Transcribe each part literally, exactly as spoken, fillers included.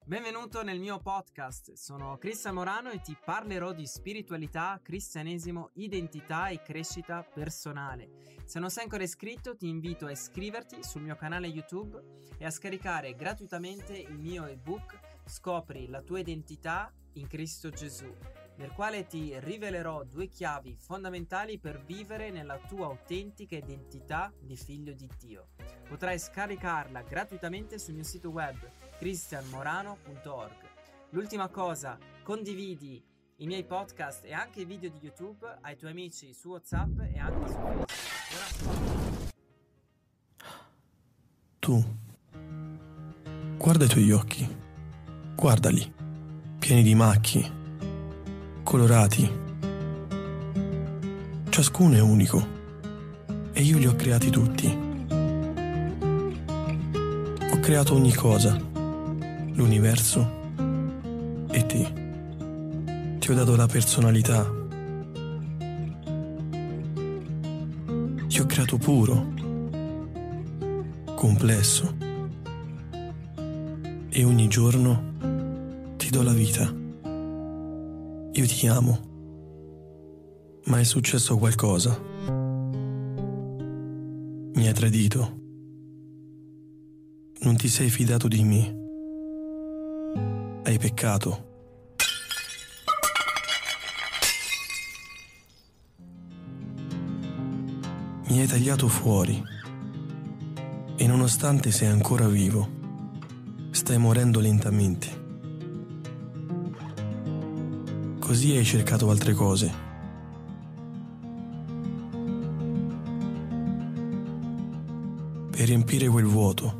Benvenuto nel mio podcast, sono Cristian Morano e ti parlerò di spiritualità, cristianesimo, identità e crescita personale. Se non sei ancora iscritto ti invito a iscriverti sul mio canale YouTube e a scaricare gratuitamente il mio ebook Scopri la tua identità in Cristo Gesù, nel quale ti rivelerò due chiavi fondamentali per vivere nella tua autentica identità di figlio di Dio. Potrai scaricarla gratuitamente sul mio sito web cristian morano punto org. L'ultima cosa, condividi i miei podcast e anche i video di YouTube ai tuoi amici su WhatsApp e anche su Facebook. Ora... Tu, guarda i tuoi occhi, guardali, pieni di macchie, colorati. Ciascuno è unico e io li ho creati tutti. Ho creato ogni cosa, l'universo e te. Ti ho dato la personalità. Ti ho creato puro, complesso e ogni giorno ti do la vita. Io ti amo, ma è successo qualcosa. Mi hai tradito. Non ti sei fidato di me. Hai peccato. Mi hai tagliato fuori e nonostante sei ancora vivo, stai morendo lentamente. Così hai cercato altre cose. Per riempire quel vuoto.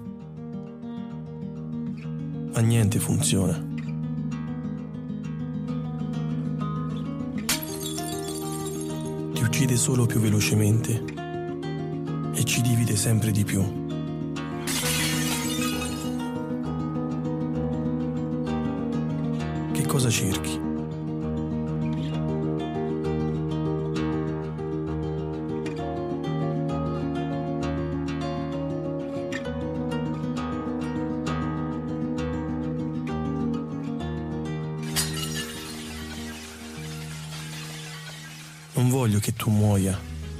Ma niente funziona. Ti uccide solo più velocemente e ci divide sempre di più. Che cosa cerchi? Non voglio che tu muoia.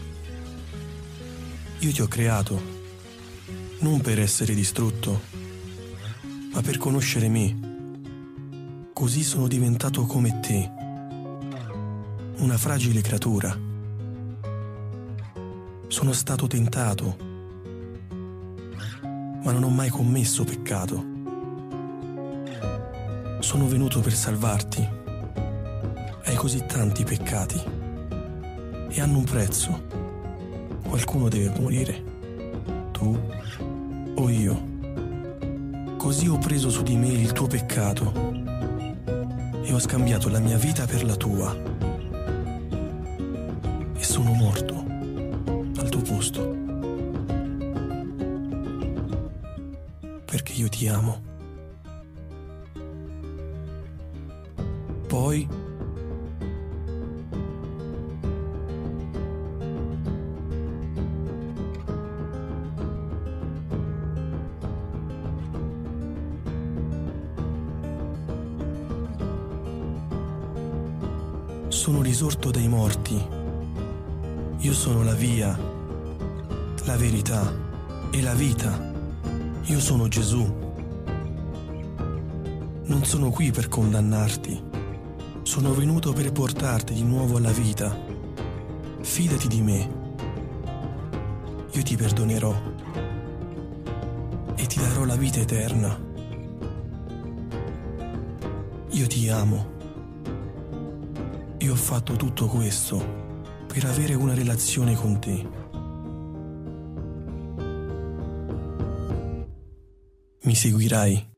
Io ti ho creato, non per essere distrutto, ma per conoscere me. Così sono diventato come te, una fragile creatura. Sono stato tentato, ma non ho mai commesso peccato. Sono venuto per salvarti. Hai così tanti peccati. E hanno un prezzo. Qualcuno deve morire. Tu o io. Così ho preso su di me il tuo peccato e ho scambiato la mia vita per la tua. E sono morto al tuo posto. Perché io ti amo. Poi sono risorto dai morti. Io sono la via, la verità e la vita. Io sono Gesù. Non sono qui per condannarti. Sono venuto per portarti di nuovo alla vita. Fidati di me. Io ti perdonerò e ti darò la vita eterna. Io ti amo. Io ho fatto tutto questo per avere una relazione con te. Mi seguirai?